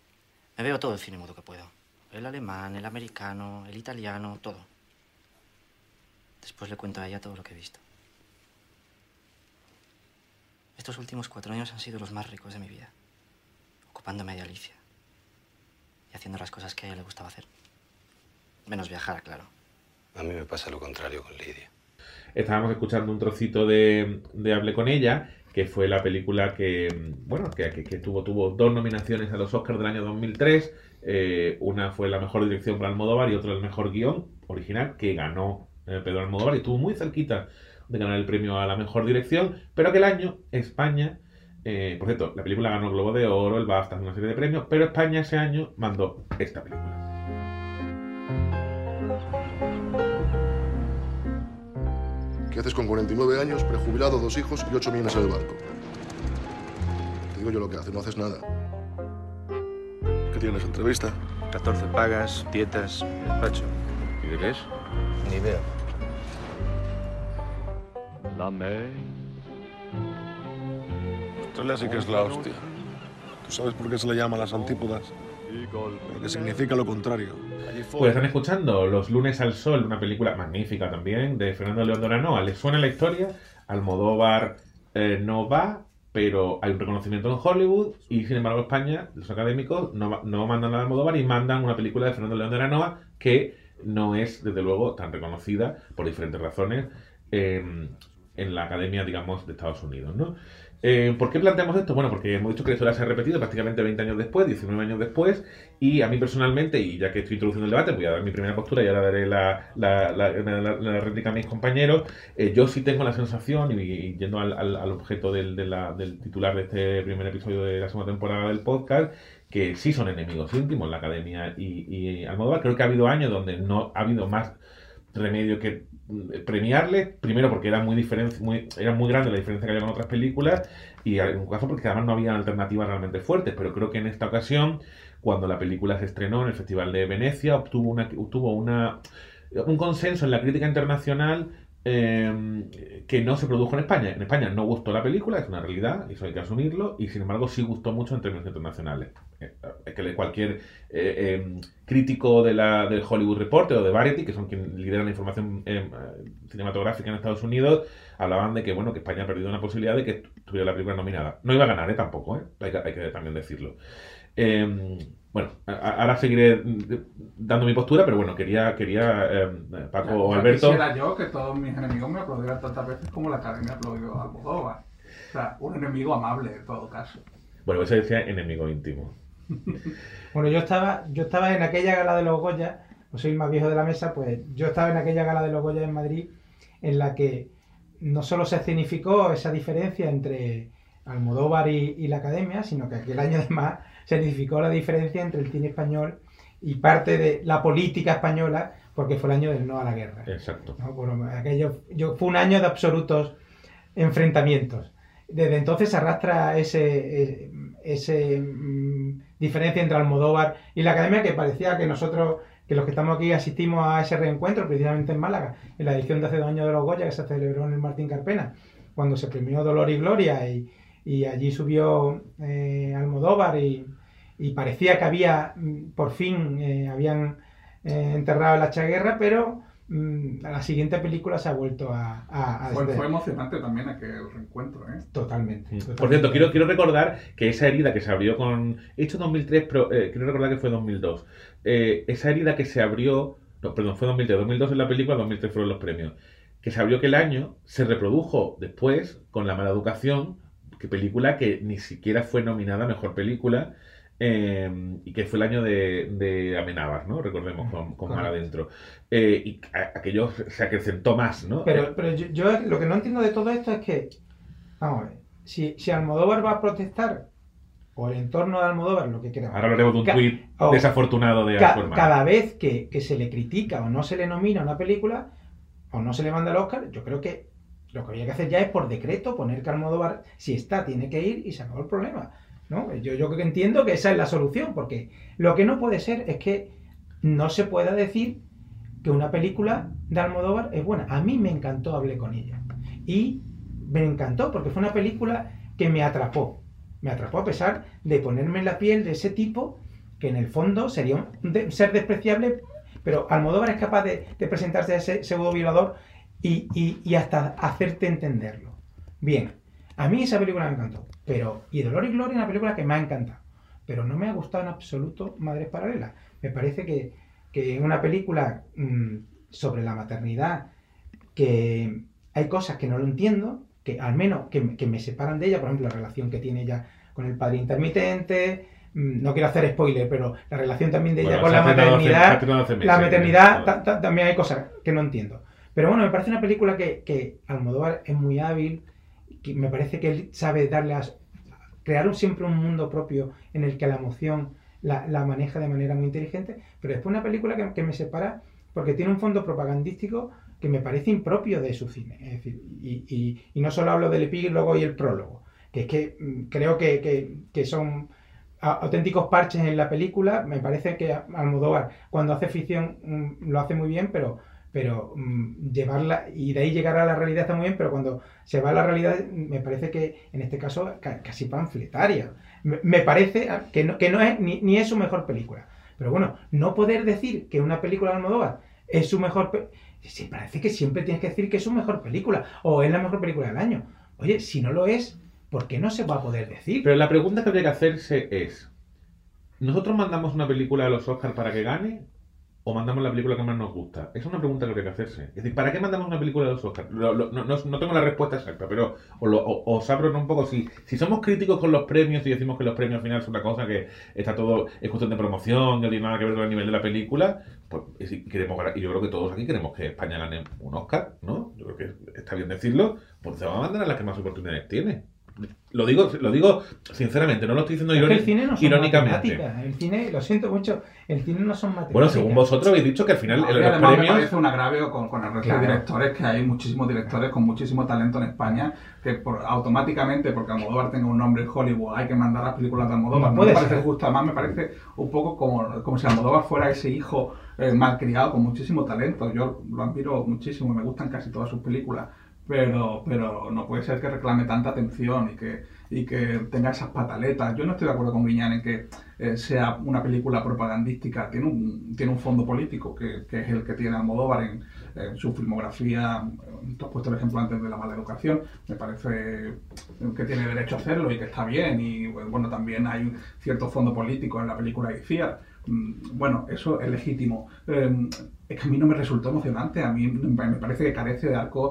Speaker 8: Me veo todo el cine mudo que puedo. El alemán, el americano, el italiano, todo. Después le cuento a ella todo lo que he visto. Estos últimos 4 años han sido los más ricos de mi vida. Ocupándome de Alicia. Y haciendo las cosas que a ella le gustaba hacer. Menos viajar, claro.
Speaker 9: A mí me pasa lo contrario con Lidia.
Speaker 5: Estábamos escuchando un trocito de Hablé con ella, que fue la película que tuvo 2 nominaciones a los Oscars del año 2003. Una fue la mejor dirección para Almodóvar y otra el mejor guión original, que ganó Pedro Almodóvar y estuvo muy cerquita de ganar el premio a la mejor dirección, pero aquel año España, por cierto, la película ganó el Globo de Oro, el BAFTA, una serie de premios, pero España ese año mandó esta película.
Speaker 10: ¿Qué haces con 49 años, prejubilado, 2 hijos y 8 millones en el banco? Te digo yo lo que haces, no haces nada. ¿Qué tienes, entrevista?
Speaker 11: 14 pagas, dietas, despacho.
Speaker 10: ¿Y de qué es?
Speaker 11: Ni idea.
Speaker 10: Australia sí que es la hostia. ¿Tú sabes por qué se le llama las antípodas? Porque significa lo contrario.
Speaker 5: Pues están escuchando Los lunes al sol, una película magnífica también de Fernando León de Aranoa. ¿Les suena la historia? Almodóvar no va, pero hay un reconocimiento en Hollywood y sin embargo España, los académicos, no mandan a Almodóvar y mandan una película de Fernando León de Aranoa que no es, desde luego, tan reconocida por diferentes razones en la academia, digamos, de Estados Unidos, ¿no? ¿Por qué planteamos esto? Bueno, porque hemos dicho que la historia se ha repetido prácticamente 20 años después, 19 años después, y a mí personalmente, y ya que estoy introduciendo el debate, voy a dar mi primera postura y ahora daré la réplica a mis compañeros. Yo sí tengo la sensación, y yendo al objeto del titular de este primer episodio de la segunda temporada del podcast, que sí son enemigos íntimos la Academia y Almodóvar. Creo que ha habido años donde no ha habido más remedio que premiarle, primero porque era muy grande la diferencia que había con otras películas y en un caso porque además no había alternativas realmente fuertes, pero creo que en esta ocasión, cuando la película se estrenó en el Festival de Venecia, obtuvo un consenso en la crítica internacional que no se produjo en España. En España no gustó la película, es una realidad, eso hay que asumirlo, y sin embargo sí gustó mucho en términos internacionales. Que cualquier crítico del Hollywood Reporter o de Variety, que son quienes lideran la información cinematográfica en Estados Unidos, hablaban de que que España ha perdido una posibilidad de que tuviera la película nominada. No iba a ganar, tampoco, hay que también decirlo. Bueno, ahora seguiré dando mi postura, pero bueno, quería Paco o Alberto...
Speaker 7: Quisiera yo que todos mis enemigos me aplaudieran tantas veces como la Academia aplaudió a Almodóvar. O sea, un enemigo amable en todo caso.
Speaker 5: Bueno, eso decía enemigo íntimo.
Speaker 6: Bueno, yo estaba en aquella gala de los Goya, pues soy el más viejo de la mesa, pues yo estaba en aquella gala de los Goya en Madrid, en la que no solo se escenificó esa diferencia entre Almodóvar y la Academia, sino que aquel año además se escenificó la diferencia entre el cine español y parte de la política española, porque fue el año del no a la guerra.
Speaker 5: Exacto.
Speaker 6: ¿No? Bueno, fue un año de absolutos enfrentamientos. Desde entonces se arrastra ese diferencia entre Almodóvar y la Academia, que parecía que nosotros, que los que estamos aquí, asistimos a ese reencuentro precisamente en Málaga, en la edición de hace 2 años de los Goya, que se celebró en el Martín Carpena, cuando se premió Dolor y Gloria, y allí subió Almodóvar y parecía que había, por fin, habían enterrado el hacha de guerra, pero a la siguiente película se ha vuelto a
Speaker 7: fue emocionante también aquel reencuentro, ¿eh?
Speaker 6: Totalmente.
Speaker 5: Por cierto, quiero recordar que esa herida que se abrió con... He dicho 2003, pero quiero recordar que fue 2002. Esa herida que se abrió... No, perdón, fue 2003. 2002 en la película, 2003 fueron los premios. Que se abrió aquel año, se reprodujo después con La mala educación, película que ni siquiera fue nominada a Mejor Película, y que fue el año de Amenábar, ¿no? Recordemos, con Mar Adentro. Y aquello se acrecentó más, ¿no?
Speaker 6: Pero yo lo que no entiendo de todo esto es que, vamos a ver, si Almodóvar va a protestar, o el entorno de Almodóvar, lo que queramos.
Speaker 5: Ahora hablaremos de un tuit desafortunado de Almodóvar.
Speaker 6: Cada vez que se le critica o no se le nomina una película, o no se le manda el Oscar, yo creo que lo que había que hacer ya es por decreto poner que Almodóvar, si está, tiene que ir y se acabó el problema, ¿no? Yo creo que entiendo que esa es la solución, porque lo que no puede ser es que no se pueda decir que una película de Almodóvar es buena. A mí me encantó Hablé con ella. Y me encantó porque fue una película que me atrapó. Me atrapó a pesar de ponerme en la piel de ese tipo que en el fondo sería un ser despreciable, pero Almodóvar es capaz de presentarse a ese pseudo violador y hasta hacerte entenderlo. Bien, a mí esa película me encantó, y Dolor y Gloria es una película que me ha encantado, pero no me ha gustado en absoluto Madres Paralelas. Me parece que es una película sobre la maternidad, que hay cosas que no lo entiendo, que al menos que me separan de ella, por ejemplo la relación que tiene ella con el padre intermitente. No quiero hacer spoiler, pero la relación también de ella con la maternidad, la maternidad también hay cosas que no entiendo. Pero bueno, me parece una película que Almodóvar es muy hábil, que me parece que él sabe crear siempre un mundo propio en el que la emoción la maneja de manera muy inteligente, pero después una película que me separa porque tiene un fondo propagandístico que me parece impropio de su cine. Es decir, y no solo hablo del epílogo y el prólogo, que es que creo que son auténticos parches en la película. Me parece que Almodóvar, cuando hace ficción, lo hace muy bien, pero llevarla y de ahí llegar a la realidad está muy bien, pero cuando se va a la realidad me parece que en este caso casi panfletaria. Me parece que no es ni es su mejor película. Pero bueno, no poder decir que una película de Almodóvar es su mejor sí, parece que siempre tienes que decir que es su mejor película o es la mejor película del año. Oye, si no lo es, ¿por qué no se va a poder decir?
Speaker 5: Pero la pregunta que habría que hacerse es, ¿nosotros mandamos una película a los Oscars para que gane o mandamos la película que más nos gusta? Esa es una pregunta que habría que hacerse. Es decir, ¿para qué mandamos una película a los Oscars? No tengo la respuesta exacta, pero os abro un poco. Si somos críticos con los premios y decimos que los premios al final son una cosa que está todo, es cuestión de promoción, no tiene nada que ver con el nivel de la película, pues si queremos ganar, y yo creo que todos aquí queremos que España gane un Oscar, ¿no? Yo creo que está bien decirlo, pues se va a mandar a las que más oportunidades tiene. Lo digo sinceramente, no lo estoy diciendo
Speaker 6: el cine no son
Speaker 5: irónicamente.
Speaker 6: Matemáticas. El cine, lo siento mucho, el cine no son matemáticas.
Speaker 5: Bueno, según vosotros habéis dicho que al final los
Speaker 7: además
Speaker 5: premios...
Speaker 7: me parece un agravio con el resto de directores, que hay muchísimos directores con muchísimo talento en España, que automáticamente, porque Almodóvar tenga un nombre en Hollywood, hay que mandar las películas de Almodóvar. No me parece justo, además me parece un poco como si Almodóvar fuera ese hijo malcriado con muchísimo talento. Yo lo admiro muchísimo, me gustan casi todas sus películas. Pero no puede ser que reclame tanta atención y que tenga esas pataletas. Yo no estoy de acuerdo con Guiñán en que sea una película propagandística. Tiene un fondo político que es el que tiene Almodóvar en su filmografía. Tú has puesto el ejemplo antes de La mala educación. Me parece que tiene derecho a hacerlo y que está bien. Y bueno, también hay un cierto fondo político en la película de Iciar. Bueno, eso es legítimo. Es que a mí no me resultó emocionante, a mí me parece que carece de arco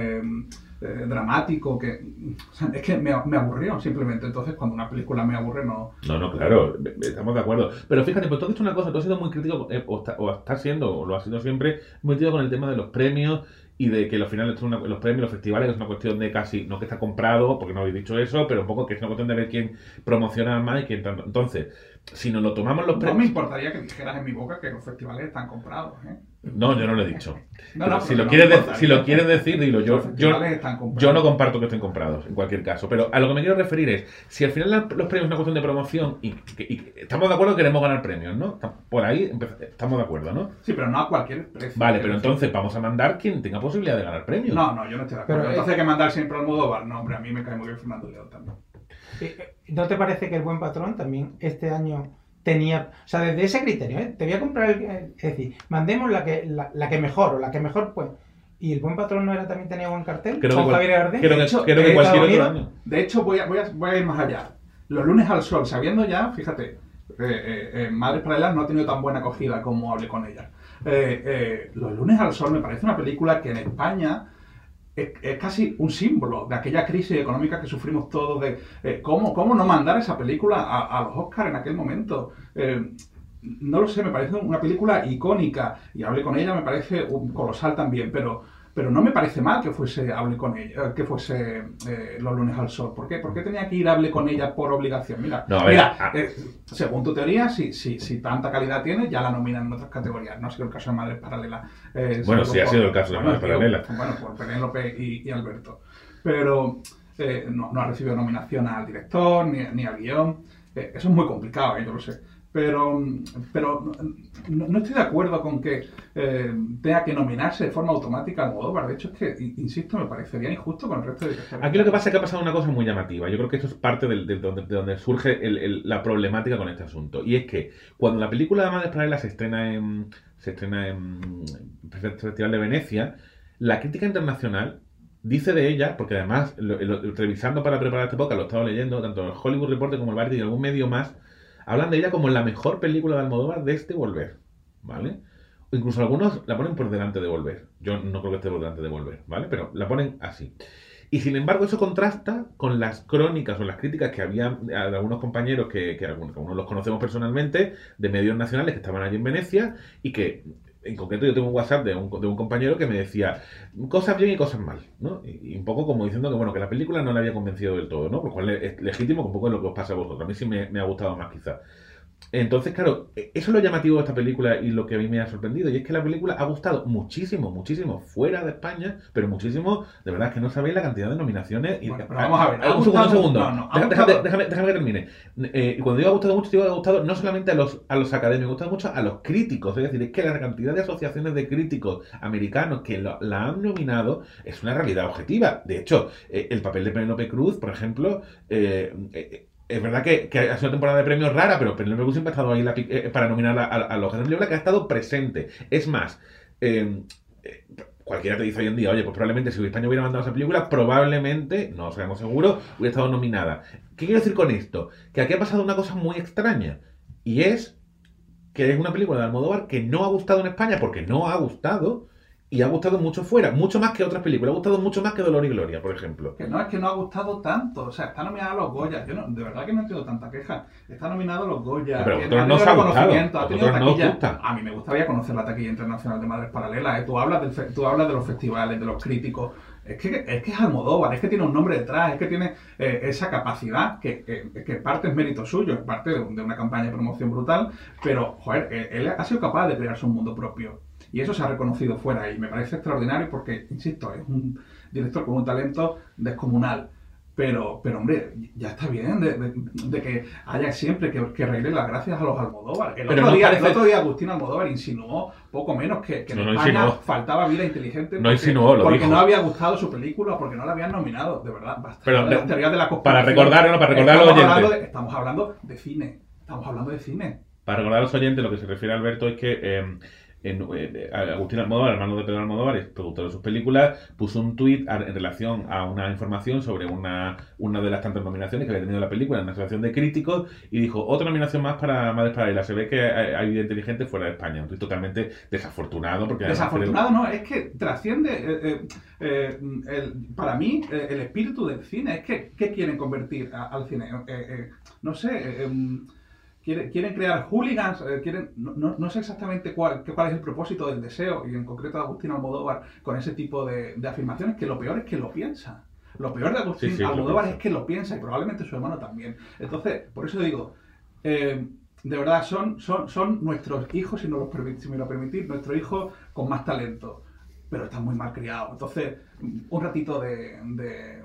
Speaker 7: dramático, o sea, es que me aburrió simplemente. Entonces cuando una película me aburre no,
Speaker 5: claro, estamos de acuerdo. Pero fíjate, pues tú has dicho una cosa, tú has sido muy crítico, o estás siendo, o lo has sido siempre, muy crítico con el tema de los premios y de que al final los premios, los festivales, es una cuestión de casi, no que está comprado, porque no habéis dicho eso, pero un poco que es una cuestión de ver quién promociona más y quién tanto. Entonces, si nos lo tomamos los premios...
Speaker 7: No me importaría que dijeras en mi boca que los festivales están comprados, ¿eh?
Speaker 5: No, yo no lo he dicho. Si lo quieres decir, dilo. Yo no comparto que estén comprados, en cualquier caso. Pero a lo que me quiero referir es, si al final los premios es una cuestión de promoción y estamos de acuerdo que queremos ganar premios, ¿no? Por ahí estamos de acuerdo, ¿no?
Speaker 7: Sí, pero no a cualquier precio.
Speaker 5: Vale, pero entonces vamos a mandar quien tenga posibilidad de ganar premios.
Speaker 7: No, yo no estoy de acuerdo. Pero entonces hay que mandar siempre a Almodóvar. No, hombre, a mí me cae muy bien Fernando León también.
Speaker 6: ¿No te parece que El buen patrón también este año tenía, o sea, desde ese criterio, te voy a comprar es decir, mandemos la que mejor, o la que mejor, pues, y El buen patrón no también tenía buen cartel con Javier Bardem?
Speaker 5: Creo que cualquier otro año.
Speaker 7: De hecho, voy a ir más allá. Los lunes al sol, sabiendo ya, fíjate, Madres Paralelas no ha tenido tan buena acogida como Hablé con ella. Los lunes al sol me parece una película que en España es casi un símbolo de aquella crisis económica que sufrimos todos, de cómo no mandar esa película a los Oscars en aquel momento. No lo sé, me parece una película icónica, y Hablé con ella me parece un colosal también, pero no me parece mal que fuese Hablé con ella, que fuese Los lunes al sol. ¿Por qué? ¿Por qué tenía que ir Hablé con ella por obligación? Mira, según tu teoría, si tanta calidad tiene, ya la nominan en otras categorías. No ha sido el caso de Madres Paralelas.
Speaker 5: Bueno, sí ha sido el caso de Madres Paralelas.
Speaker 7: Bueno, por Penélope y Alberto. Pero no ha recibido nominación al director ni al guión. Eso es muy complicado, yo lo sé. Pero no estoy de acuerdo con que tenga que nominarse de forma automática a Almodóvar. De hecho, es que, insisto, me parecería injusto con el resto de directores.
Speaker 5: Aquí lo que pasa es que ha pasado una cosa muy llamativa. Yo creo que eso es parte de donde surge la problemática con este asunto. Y es que cuando la película de Madres Paralelas se estrena en el Festival de Venecia, la crítica internacional dice de ella, porque además, revisando para preparar este podcast, lo he estado leyendo, tanto el Hollywood Reporter como el Variety y algún medio más, hablan de ella como la mejor película de Almodóvar desde Volver, ¿vale? O incluso algunos la ponen por delante de Volver. Yo no creo que esté por delante de Volver, ¿vale? Pero la ponen así. Y sin embargo eso contrasta con las crónicas o las críticas que había de algunos compañeros que algunos los conocemos personalmente, de medios nacionales que estaban allí en Venecia y que... En concreto yo tengo un WhatsApp de un compañero que me decía cosas bien y cosas mal, ¿no? Y un poco como diciendo que bueno, que la película no le había convencido del todo, ¿no? Por lo cual es legítimo, que un poco es lo que os pasa a vosotros. A mí sí me ha gustado más quizás. Entonces, claro, eso es lo llamativo de esta película y lo que a mí me ha sorprendido. Y es que la película ha gustado muchísimo, muchísimo fuera de España, pero muchísimo, de verdad, que no sabéis la cantidad de nominaciones.
Speaker 7: Bueno, pero vamos a ver.
Speaker 5: Un segundo.
Speaker 7: No,
Speaker 5: Déjame que termine. Y cuando digo ha gustado mucho, digo que ha gustado no solamente a los académicos, ha gustado mucho a los críticos. Es decir, es que la cantidad de asociaciones de críticos americanos que la han nominado es una realidad objetiva. De hecho, el papel de Penélope Cruz, por ejemplo, es verdad que ha sido una temporada de premios rara, pero Penélope Cruz siempre ha estado ahí para nominarla a los Oscars. Que ha estado presente. Es más, cualquiera te dice hoy en día, oye, pues probablemente si España hubiera mandado esa película, probablemente, no sabemos seguro, hubiera estado nominada. ¿Qué quiero decir con esto? Que aquí ha pasado una cosa muy extraña. Y es que es una película de Almodóvar que no ha gustado en España porque no ha gustado. Y ha gustado mucho fuera, mucho más que otras películas. Ha gustado mucho más que Dolor y Gloria, por ejemplo.
Speaker 7: Que no es que no ha gustado tanto. O sea, está nominado a los Goya. Yo de verdad que no entiendo tanta queja. Está nominado a los Goya.
Speaker 5: Pero a vosotros no os ha gustado.
Speaker 7: Ha tenido taquilla. A mí me gustaría conocer la taquilla internacional de Madres Paralelas. Tú hablas de los festivales, de los críticos. Es que es Almodóvar, es que tiene un nombre detrás, es que tiene esa capacidad que parte es mérito suyo, es parte de una campaña de promoción brutal, pero, joder, él ha sido capaz de crearse un mundo propio. Y eso se ha reconocido fuera y me parece extraordinario porque, insisto, es un director con un talento descomunal. Pero hombre, ya está bien de que haya siempre que reírle las gracias a los Almodóvar. El otro día Agustín Almodóvar insinuó poco menos que en España faltaba vida inteligente porque no había gustado su película o porque no la habían nominado. De verdad, basta.
Speaker 5: Pero
Speaker 7: las teorías de la
Speaker 5: para recordar a los oyentes.
Speaker 7: Estamos hablando de cine.
Speaker 5: Para recordar a los oyentes, lo que se refiere a Alberto es que Agustín Almodóvar, hermano de Pedro Almodóvar, productor de sus películas, puso un tuit en relación a una información sobre una de las tantas nominaciones que había tenido la película en una asociación de críticos y dijo, otra nominación más para Madres Paralelas. Se ve que hay vida inteligente fuera de España. Un tuit totalmente desafortunado.
Speaker 7: Desafortunado no, es que trasciende para mí el espíritu del cine. Es que ¿qué quieren convertir al cine? No sé... Quieren crear hooligans, no sé exactamente cuál es el propósito del deseo, y en concreto de Agustín Almodóvar, con ese tipo de afirmaciones, que lo peor es que lo piensa. Lo peor de Agustín Almodóvar es que lo piensa, y probablemente su hermano también. Entonces, por eso digo, de verdad, son nuestros hijos, si me lo permitís, nuestros hijos con más talento. Pero están muy mal criados. Entonces, un ratito de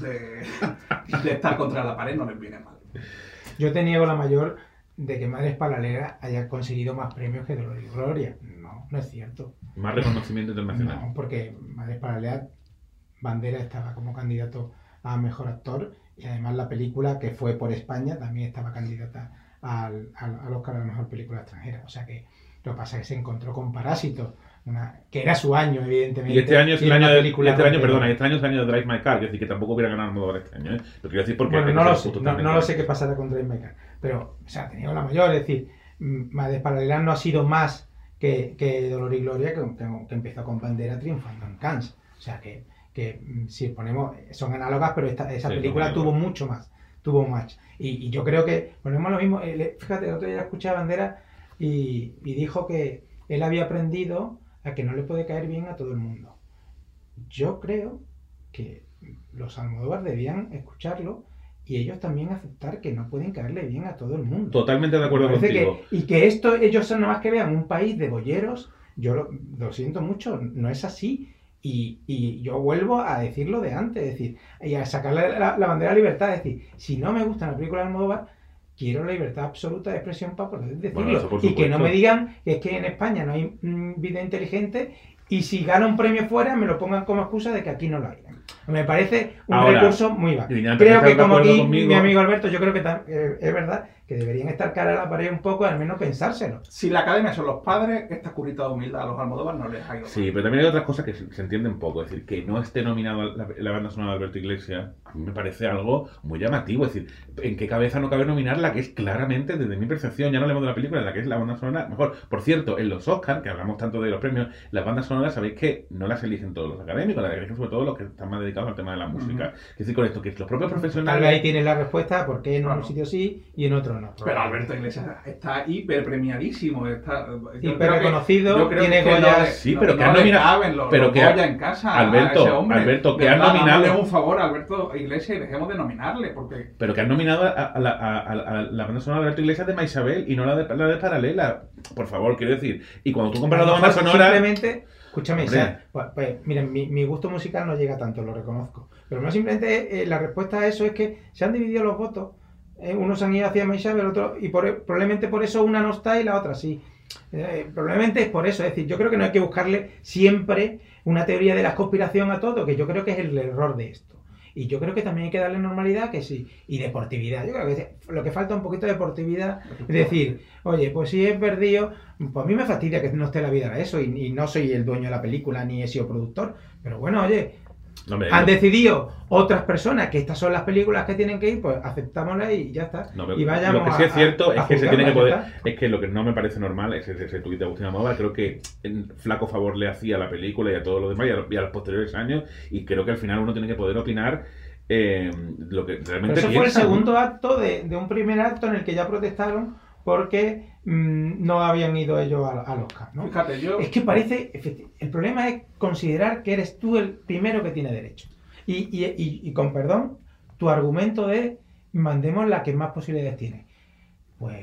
Speaker 7: estar contra la pared no les viene mal.
Speaker 6: Yo te niego la mayor de que Madres Paralelas haya conseguido más premios que Dolor y Gloria. No es cierto.
Speaker 5: Más reconocimiento internacional.
Speaker 6: No, porque Madres Paralelas, Bandera estaba como candidato a Mejor Actor y además la película que fue por España también estaba candidata al Oscar a la Mejor Película Extranjera. O sea que lo que pasa es que se encontró con Parásitos, que era su año, evidentemente.
Speaker 5: Y este año es el año de Drive My Car, es decir, que tampoco hubiera ganado Almodóvar este año. Lo quiero decir porque...
Speaker 6: Bueno, no lo sé qué pasará con Drive My Car, pero, o sea, tenía la mayor, es decir, Madres Paralelas no ha sido más que Dolor y Gloria, que empezó con Bandera triunfando en Cannes. O sea, que si ponemos, son análogas, pero esa película tuvo mucho más, Y yo creo que ponemos lo mismo. Fíjate, el otro día escuché a Bandera y dijo que él había aprendido a que no le puede caer bien a todo el mundo. Yo creo que los Almodóvar debían escucharlo y ellos también aceptar que no pueden caerle bien a todo el mundo.
Speaker 5: Totalmente de acuerdo contigo.
Speaker 6: Y que esto, ellos son nada más que vean un país de bolleros, yo lo siento mucho, no es así. Y yo vuelvo a decirlo de antes, es decir, y a sacarle la bandera de libertad, es decir, si no me gusta la película de Almodóvar, quiero la libertad absoluta de expresión para poder decirlo. Bueno, y que no me digan que es que en España no hay vida inteligente y si gana un premio fuera me lo pongan como excusa de que aquí no lo hay. Me parece un recurso muy bajo. Creo que como aquí mi amigo Alberto, yo creo que es verdad que deberían estar cara a la pared un poco, al menos pensárselo.
Speaker 7: Si la academia son los padres, esta curita de humildad a los Almodóvar no les ha ido.
Speaker 5: Sí, pero también hay otras cosas que se entienden poco. Es decir, que no esté nominado la banda sonora de Alberto Iglesias, a mí me parece algo muy llamativo. Es decir, ¿en qué cabeza no cabe nominar la que es claramente, desde mi percepción, ya no hablemos de la película, la que es la banda sonora mejor? Por cierto, en los Oscars, que hablamos tanto de los premios, las bandas sonoras sabéis que no las eligen todos los académicos, las eligen sobre todo los que están más dedicados al tema de la música. Es decir, con esto, que los propios profesionales...
Speaker 6: Tal vez ahí tienes la respuesta, por qué en un sitio sí y en otro
Speaker 7: Pero Alberto Iglesias está hiper premiadísimo, está
Speaker 6: hiper reconocido, tiene Goyas.
Speaker 5: Sí, pero que han nominado.
Speaker 7: Pero que en casa
Speaker 5: Alberto, que han nominado.
Speaker 7: Hagámosle un favor a Alberto Iglesias y dejemos de nominarle, porque.
Speaker 5: Pero que han nominado a la banda sonora de Alberto Iglesias de Maisabel y no la de Paralela. Por favor, quiero decir. Y cuando tú compras la banda sonora.
Speaker 6: Simplemente. Escúchame, pues, miren, mi gusto musical no llega tanto, lo reconozco. Pero no simplemente la respuesta a eso es que se han dividido los votos. Unos han ido hacia Maisabel, otros, y probablemente por eso una no está y la otra sí. Probablemente es por eso. Es decir, yo creo que no hay que buscarle siempre una teoría de la conspiración a todo, que yo creo que es el error de esto. Y yo creo que también hay que darle normalidad, que sí, y deportividad. Yo creo que lo que falta un poquito de deportividad es decir, oye, pues si he perdido, pues a mí me fastidia que no esté la vida a eso, y no soy el dueño de la película ni he sido productor, pero bueno, oye, han decidido otras personas que estas son las películas que tienen que ir, pues aceptámoslas y ya está.
Speaker 5: Y vayamos. Lo que sí es cierto es que se tiene que poder. Es que lo que no me parece normal es ese tuit de Agustín Almodóvar. Creo que en flaco favor le hacía a la película y a todo lo demás y a los posteriores años. Y creo que al final uno tiene que poder opinar lo que realmente
Speaker 6: piensa. Eso fue el
Speaker 5: ¿no?
Speaker 6: segundo acto de un primer acto en el que ya protestaron porque no habían ido ellos al Oscar, ¿no?
Speaker 7: Fíjate,
Speaker 6: es que parece, el problema es considerar que eres tú el primero que tiene derecho. Y con perdón, tu argumento de mandemos la que más posibilidades tiene. Pues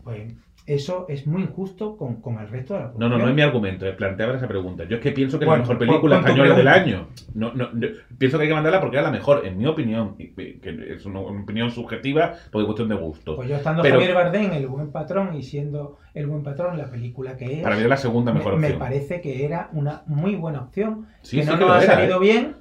Speaker 6: eso es muy injusto con el resto de la población.
Speaker 5: No es mi argumento, planteaba esa pregunta. Yo es que pienso que es la mejor película española del año. Pienso que hay que mandarla porque era la mejor, en mi opinión, que es una opinión subjetiva porque es cuestión de gusto.
Speaker 6: Pues yo estando Javier Bardem, El Buen Patrón, y siendo El Buen Patrón la película que es,
Speaker 5: para mí es la segunda mejor opción.
Speaker 6: Me parece que era una muy buena opción.
Speaker 5: Sí,
Speaker 6: que no nos ha salido bien,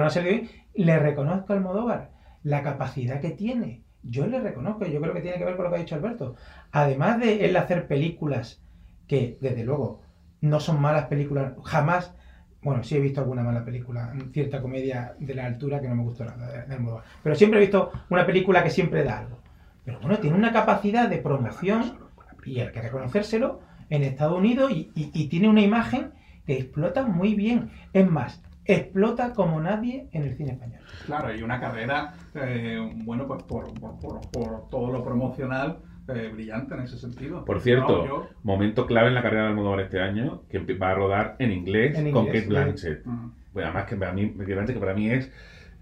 Speaker 6: le reconozco a Almodóvar la capacidad que tiene. Yo le reconozco, yo creo que tiene que ver con lo que ha dicho Alberto. Además de él hacer películas que, desde luego, no son malas películas, jamás. Bueno, sí he visto alguna mala película, cierta comedia de la altura que no me gustó nada de Almodóvar. Pero siempre he visto una película que siempre da algo. Pero bueno, tiene una capacidad de promoción, y hay que reconocérselo, en Estados Unidos, y tiene una imagen que explota muy bien. Es más, explota como nadie en el cine español.
Speaker 7: Claro, y una carrera, bueno, pues por todo lo promocional, brillante en ese sentido.
Speaker 5: Por cierto, momento clave en la carrera de Almodóvar este año, que va a rodar en inglés con Cate Blanchett. Bueno, además que para mí es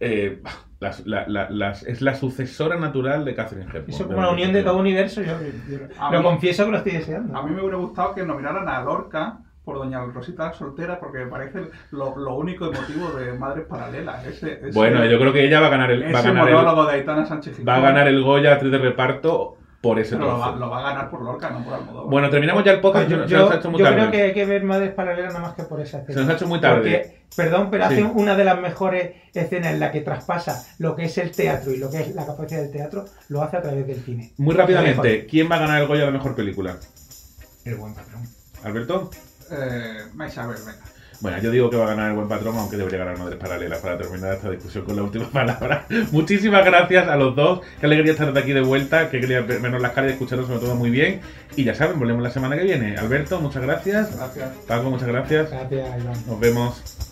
Speaker 5: es la sucesora natural de Katharine Hepburn.
Speaker 6: Eso como la unión de todo universo, yo lo confieso que lo estoy deseando.
Speaker 7: A mí me hubiera gustado que nominaran a Lorca por Doña Rosita Soltera, porque me parece lo único emotivo de Madres Paralelas.
Speaker 5: Bueno, yo creo que ella va a ganar
Speaker 7: monólogo de Aitana Sánchez Gijón.
Speaker 5: Va a ganar el Goya actriz de reparto por ese trozo.
Speaker 7: Lo va a ganar por Lorca, no por Almodóvar.
Speaker 5: Bueno, terminamos ya el podcast.
Speaker 6: Yo creo que hay que ver Madres Paralelas nada más que por esa escena.
Speaker 5: Se nos ha hecho muy tarde.
Speaker 6: Porque, perdón, pero hacen una de las mejores escenas en la que traspasa lo que es el teatro y lo que es la capacidad del teatro, lo hace a través del cine.
Speaker 5: Muy rápidamente, ¿quién va a ganar el Goya de la mejor película?
Speaker 6: El Buen Patrón.
Speaker 5: ¿Alberto?
Speaker 7: Maisabel, venga.
Speaker 5: Bueno, yo digo que va a ganar El Buen Patrón, aunque debería ganar Madres Paralelas para terminar esta discusión con la última palabra. Muchísimas gracias a los dos. Qué alegría estar de aquí de vuelta, que quería vernos las caras y escucharos sobre todo muy bien. Y ya saben, volvemos la semana que viene. Alberto, muchas gracias.
Speaker 7: Gracias.
Speaker 5: Paco, muchas gracias.
Speaker 6: Gracias, Iván.
Speaker 5: Nos vemos.